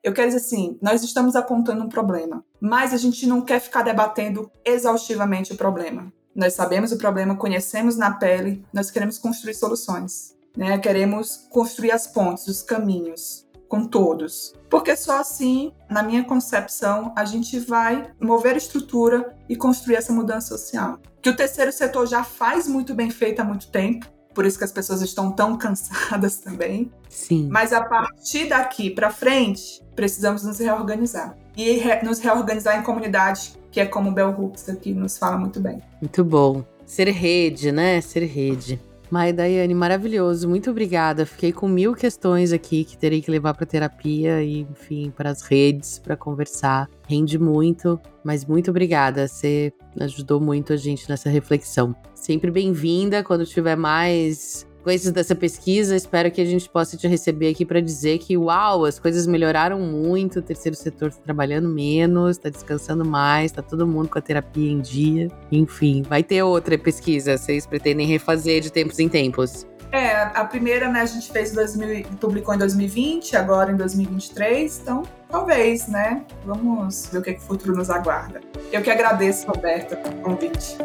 Eu quero dizer assim, nós estamos apontando um problema, mas a gente não quer ficar debatendo exaustivamente o problema. Nós sabemos o problema, conhecemos na pele, nós queremos construir soluções, né? Queremos construir as pontes, os caminhos com todos. Porque só assim, na minha concepção, a gente vai mover a estrutura e construir essa mudança social. Que o terceiro setor já faz muito bem feito há muito tempo, por isso que as pessoas estão tão cansadas também. Sim. Mas a partir daqui para frente, precisamos nos reorganizar. E re- nos reorganizar em comunidade, que é como o Bell Hooks aqui nos fala muito bem. Muito bom. Ser rede, né? Ser rede. Mai, Daiane, maravilhoso. Muito obrigada. Fiquei com mil questões aqui que terei que levar para terapia e, enfim, para as redes, para conversar. Rende muito, mas muito obrigada. Você ajudou muito a gente nessa reflexão. Sempre bem-vinda quando tiver mais coisas dessa pesquisa. Espero que a gente possa te receber aqui para dizer que, uau, as coisas melhoraram muito, o terceiro setor está trabalhando menos, está descansando mais, está todo mundo com a terapia em dia. Enfim, vai ter outra pesquisa, vocês pretendem refazer de tempos em tempos? É, a primeira, né, a gente fez em dois mil, publicou em dois mil e vinte, agora em dois mil e vinte e três, então talvez, né? Vamos ver o que, é que o futuro nos aguarda. Eu que agradeço, Roberta, pelo convite.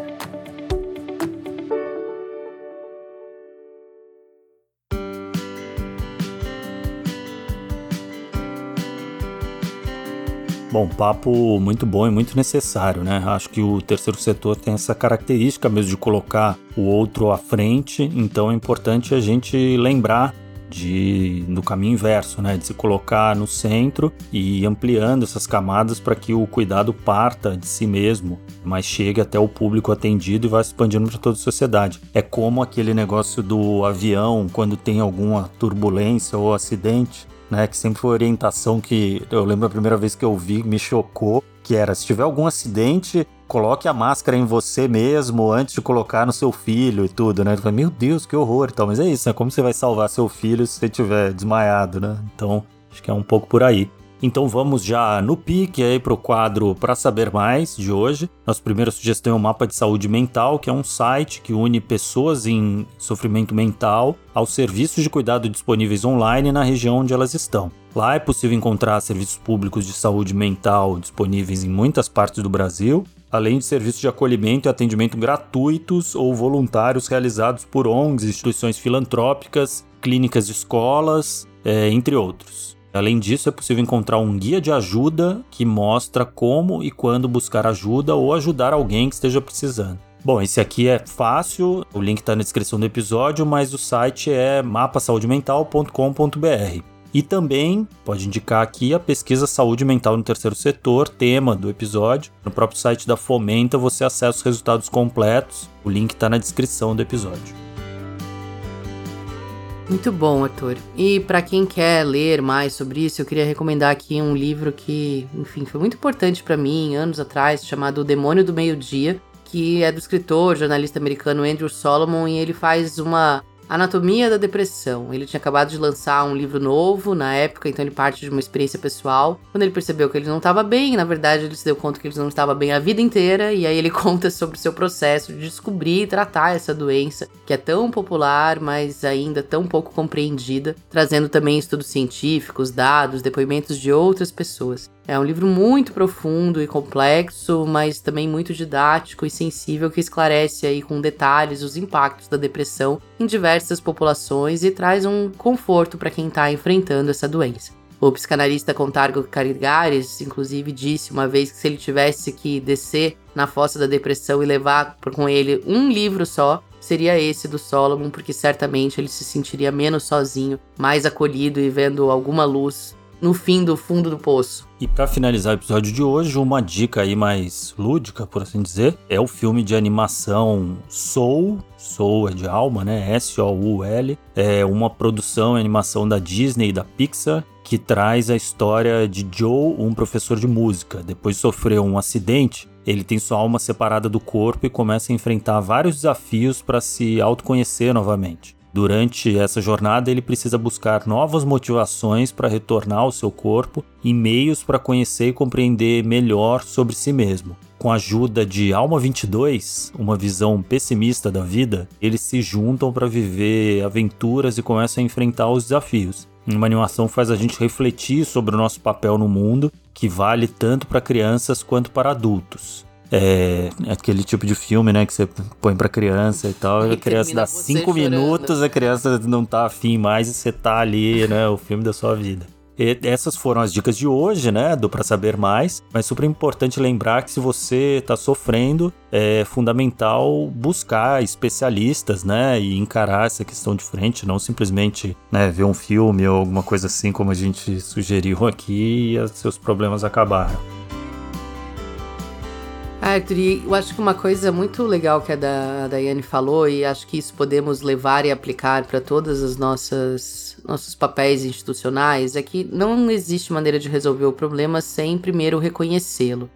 Bom, papo muito bom e muito necessário, né? Acho que o terceiro setor tem essa característica mesmo de colocar o outro à frente, então é importante a gente lembrar de, do caminho inverso, né? De se colocar no centro e ir ampliando essas camadas para que o cuidado parta de si mesmo, mas chegue até o público atendido e vá se expandindo para toda a sociedade. É como aquele negócio do avião, quando tem alguma turbulência ou acidente, né, que sempre foi orientação que eu lembro a primeira vez que eu vi, me chocou, que era, se tiver algum acidente, coloque a máscara em você mesmo antes de colocar no seu filho e tudo, né? Eu falei, meu Deus, que horror e tal, mas é isso, né? Como você vai salvar seu filho se você estiver desmaiado, né? Então, acho que é um pouco por aí. Então vamos já no pique aí para o quadro Para Saber Mais de hoje. Nossa primeira sugestão é o Mapa de Saúde Mental, que é um site que une pessoas em sofrimento mental aos serviços de cuidado disponíveis online na região onde elas estão. Lá é possível encontrar serviços públicos de saúde mental disponíveis em muitas partes do Brasil, além de serviços de acolhimento e atendimento gratuitos ou voluntários realizados por O N Gs, instituições filantrópicas, clínicas de escolas, é, entre outros. Além disso, é possível encontrar um guia de ajuda que mostra como e quando buscar ajuda ou ajudar alguém que esteja precisando. Bom, esse aqui é fácil, o link está na descrição do episódio, mas o site é mapa saúde mental ponto com ponto b r. E também pode indicar aqui a pesquisa Saúde Mental no Terceiro Setor, tema do episódio. No próprio site da Fomenta você acessa os resultados completos, o link está na descrição do episódio. Muito bom, Arthur. E para quem quer ler mais sobre isso, eu queria recomendar aqui um livro que, enfim, foi muito importante para mim anos atrás, chamado O Demônio do Meio-Dia, que é do escritor, jornalista americano Andrew Solomon, e ele faz uma anatomia da depressão. Ele tinha acabado de lançar um livro novo na época, então ele parte de uma experiência pessoal. Quando ele percebeu que ele não estava bem, na verdade ele se deu conta que ele não estava bem a vida inteira, e aí ele conta sobre o seu processo de descobrir e tratar essa doença, que é tão popular, mas ainda tão pouco compreendida, trazendo também estudos científicos, dados, depoimentos de outras pessoas. É um livro muito profundo e complexo, mas também muito didático e sensível, que esclarece aí com detalhes os impactos da depressão em diversas populações e traz um conforto para quem está enfrentando essa doença. O psicanalista Contargo Carigares, inclusive, disse uma vez que se ele tivesse que descer na fossa da depressão e levar com ele um livro só, seria esse do Solomon, porque certamente ele se sentiria menos sozinho, mais acolhido e vendo alguma luz no fim do fundo do poço. E para finalizar o episódio de hoje, uma dica aí mais lúdica, por assim dizer, é o filme de animação Soul, Soul é de alma, né? S O U L, é uma produção e animação da Disney e da Pixar, que traz a história de Joe, um professor de música. Depois de sofrer um acidente, ele tem sua alma separada do corpo e começa a enfrentar vários desafios para se autoconhecer novamente. Durante essa jornada, ele precisa buscar novas motivações para retornar ao seu corpo e meios para conhecer e compreender melhor sobre si mesmo. Com a ajuda de Alma vinte e dois, uma visão pessimista da vida, eles se juntam para viver aventuras e começam a enfrentar os desafios. Uma animação faz a gente refletir sobre o nosso papel no mundo, que vale tanto para crianças quanto para adultos. É aquele tipo de filme, né, que você põe pra criança e tal, e a criança dá cinco minutos, a criança não tá afim mais e você tá ali, né, o filme da sua vida. E essas foram as dicas de hoje, né, do Pra Saber Mais, mas super importante lembrar que se você tá sofrendo, é fundamental buscar especialistas, né, e encarar essa questão de frente, não simplesmente, né, ver um filme ou alguma coisa assim como a gente sugeriu aqui e seus problemas acabaram. Arthur, eu acho que uma coisa muito legal que a, da, a Daiane falou, e acho que isso podemos levar e aplicar para todas as nossas nossos papéis institucionais, é que não existe maneira de resolver o problema sem primeiro reconhecê-lo.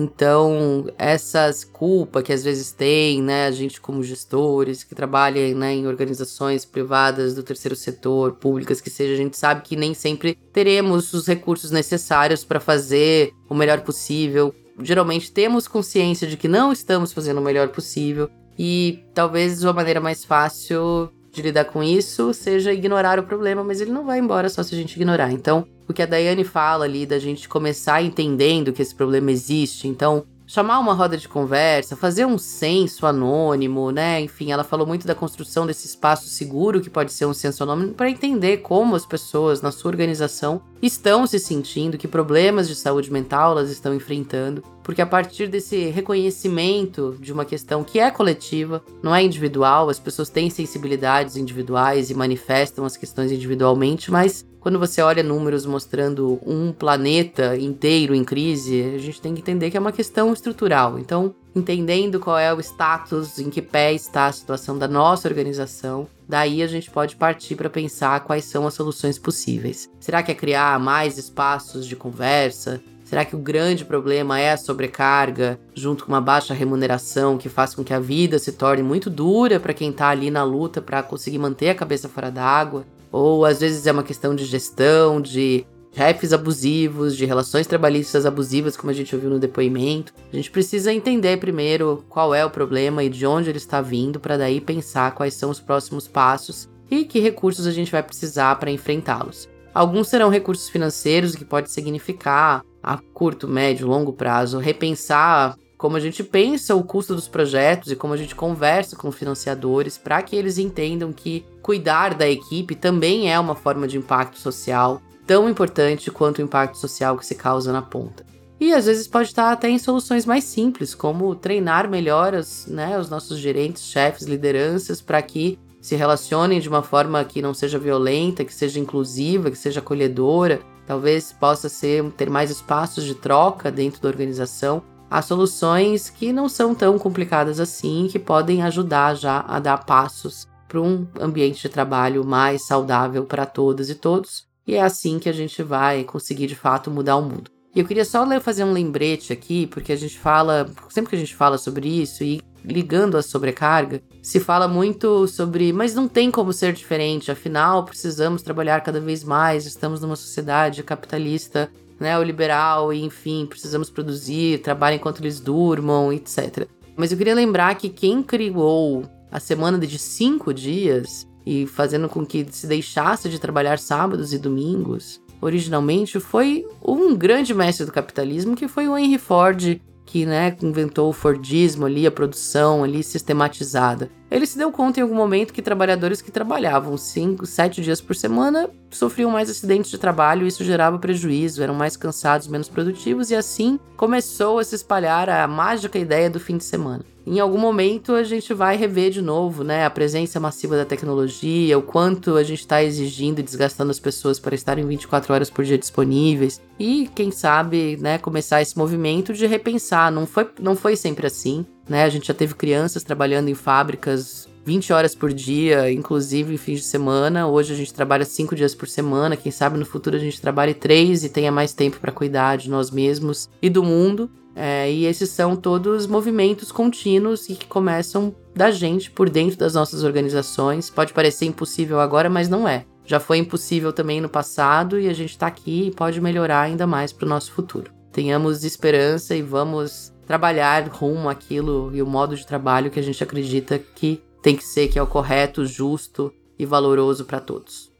Então, essas culpas que às vezes tem, né, a gente como gestores, que trabalha, né, em organizações privadas do terceiro setor, públicas que seja, a gente sabe que nem sempre teremos os recursos necessários para fazer o melhor possível. Geralmente temos consciência de que não estamos fazendo o melhor possível e talvez uma maneira mais fácil de lidar com isso seja ignorar o problema, mas ele não vai embora só se a gente ignorar. Então, o que a Daiane fala ali da gente começar entendendo que esse problema existe, então chamar uma roda de conversa, fazer um censo anônimo, né? Enfim, ela falou muito da construção desse espaço seguro que pode ser um censo anônimo para entender como as pessoas na sua organização estão se sentindo, que problemas de saúde mental elas estão enfrentando, porque a partir desse reconhecimento de uma questão que é coletiva, não é individual, as pessoas têm sensibilidades individuais e manifestam as questões individualmente, mas quando você olha números mostrando um planeta inteiro em crise, a gente tem que entender que é uma questão estrutural. Então, entendendo qual é o status, em que pé está a situação da nossa organização, daí a gente pode partir para pensar quais são as soluções possíveis. Será que é criar mais espaços de conversa? Será que o grande problema é a sobrecarga, junto com uma baixa remuneração que faz com que a vida se torne muito dura para quem está ali na luta para conseguir manter a cabeça fora d'água? Ou às vezes é uma questão de gestão, de chefes abusivos, de relações trabalhistas abusivas, como a gente ouviu no depoimento. A gente precisa entender primeiro qual é o problema e de onde ele está vindo, para daí pensar quais são os próximos passos e que recursos a gente vai precisar para enfrentá-los. Alguns serão recursos financeiros, que pode significar, a curto, médio, longo prazo, repensar como a gente pensa o custo dos projetos e como a gente conversa com financiadores para que eles entendam que cuidar da equipe também é uma forma de impacto social tão importante quanto o impacto social que se causa na ponta. E às vezes pode estar até em soluções mais simples, como treinar melhor as, né, os nossos gerentes, chefes, lideranças, para que se relacionem de uma forma que não seja violenta, que seja inclusiva, que seja acolhedora. Talvez possa ser, ter mais espaços de troca dentro da organização. Há soluções que não são tão complicadas assim, que podem ajudar já a dar passos para um ambiente de trabalho mais saudável para todas e todos. E é assim que a gente vai conseguir, de fato, mudar o mundo. E eu queria só fazer um lembrete aqui, porque a gente fala, sempre que a gente fala sobre isso, e ligando a sobrecarga, se fala muito sobre, mas não tem como ser diferente, afinal, precisamos trabalhar cada vez mais, estamos numa sociedade capitalista, neoliberal, e enfim, precisamos produzir, trabalhar enquanto eles durmam, etcétera. Mas eu queria lembrar que quem criou a semana de cinco dias e fazendo com que se deixasse de trabalhar sábados e domingos, originalmente foi um grande mestre do capitalismo, que foi o Henry Ford, que, né, inventou o Fordismo ali, a produção ali sistematizada. Ele se deu conta em algum momento que trabalhadores que trabalhavam cinco, sete dias por semana sofriam mais acidentes de trabalho e isso gerava prejuízo, eram mais cansados, menos produtivos, e assim começou a se espalhar a mágica ideia do fim de semana. Em algum momento a gente vai rever de novo, né, a presença massiva da tecnologia, o quanto a gente está exigindo e desgastando as pessoas para estarem vinte e quatro horas por dia disponíveis e, quem sabe, né, começar esse movimento de repensar. Não foi, não foi sempre assim, né? A gente já teve crianças trabalhando em fábricas vinte horas por dia, inclusive em fins de semana. Hoje a gente trabalha cinco dias por semana. Quem sabe no futuro a gente trabalhe três e tenha mais tempo para cuidar de nós mesmos e do mundo. É, e esses são todos movimentos contínuos e que começam da gente, por dentro das nossas organizações. Pode parecer impossível agora, mas não é. Já foi impossível também no passado e a gente está aqui e pode melhorar ainda mais para o nosso futuro. Tenhamos esperança e vamos trabalhar rumo àquilo e o modo de trabalho que a gente acredita que tem que ser, que é o correto, justo e valoroso para todos.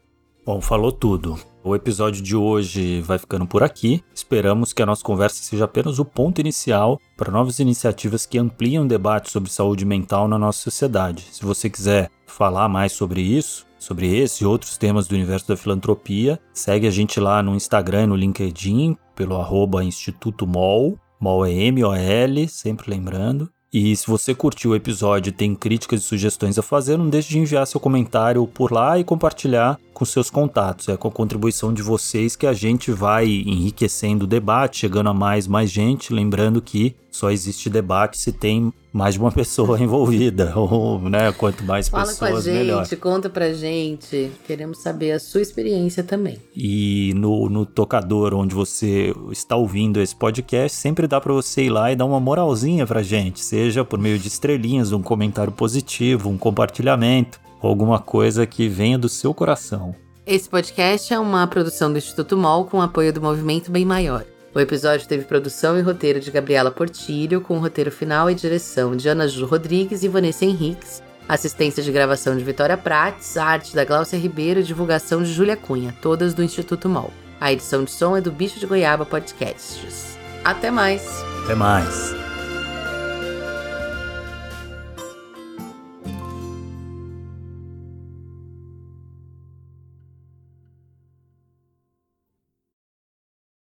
Bom, falou tudo. O episódio de hoje vai ficando por aqui. Esperamos que a nossa conversa seja apenas o ponto inicial para novas iniciativas que ampliam o debate sobre saúde mental na nossa sociedade. Se você quiser falar mais sobre isso, sobre esse e outros temas do universo da filantropia, segue a gente lá no Instagram e no LinkedIn, pelo arroba Instituto MOL. MOL é M O L, sempre lembrando. E se você curtiu o episódio e tem críticas e sugestões a fazer, não deixe de enviar seu comentário por lá e compartilhar com seus contatos. É com a contribuição de vocês que a gente vai enriquecendo o debate, chegando a mais, mais gente. Lembrando que só existe debate se tem mais de uma pessoa envolvida. Ou, né, quanto mais Fala pessoas, com a gente, melhor. Conta pra gente. Queremos saber a sua experiência também. E no, no tocador onde você está ouvindo esse podcast, sempre dá para você ir lá e dar uma moralzinha pra gente, seja por meio de estrelinhas, um comentário positivo, um compartilhamento, ou alguma coisa que venha do seu coração. Esse podcast é uma produção do Instituto MOL com apoio do Movimento Bem Maior. O episódio teve produção e roteiro de Gabriela Portilho, com roteiro final e direção de Ana Ju Rodrigues e Vanessa Henriques, assistência de gravação de Vitória Prates, arte da Glaucia Ribeiro e divulgação de Júlia Cunha, todas do Instituto MOL. A edição de som é do Bicho de Goiaba Podcasts. Até mais! Até mais!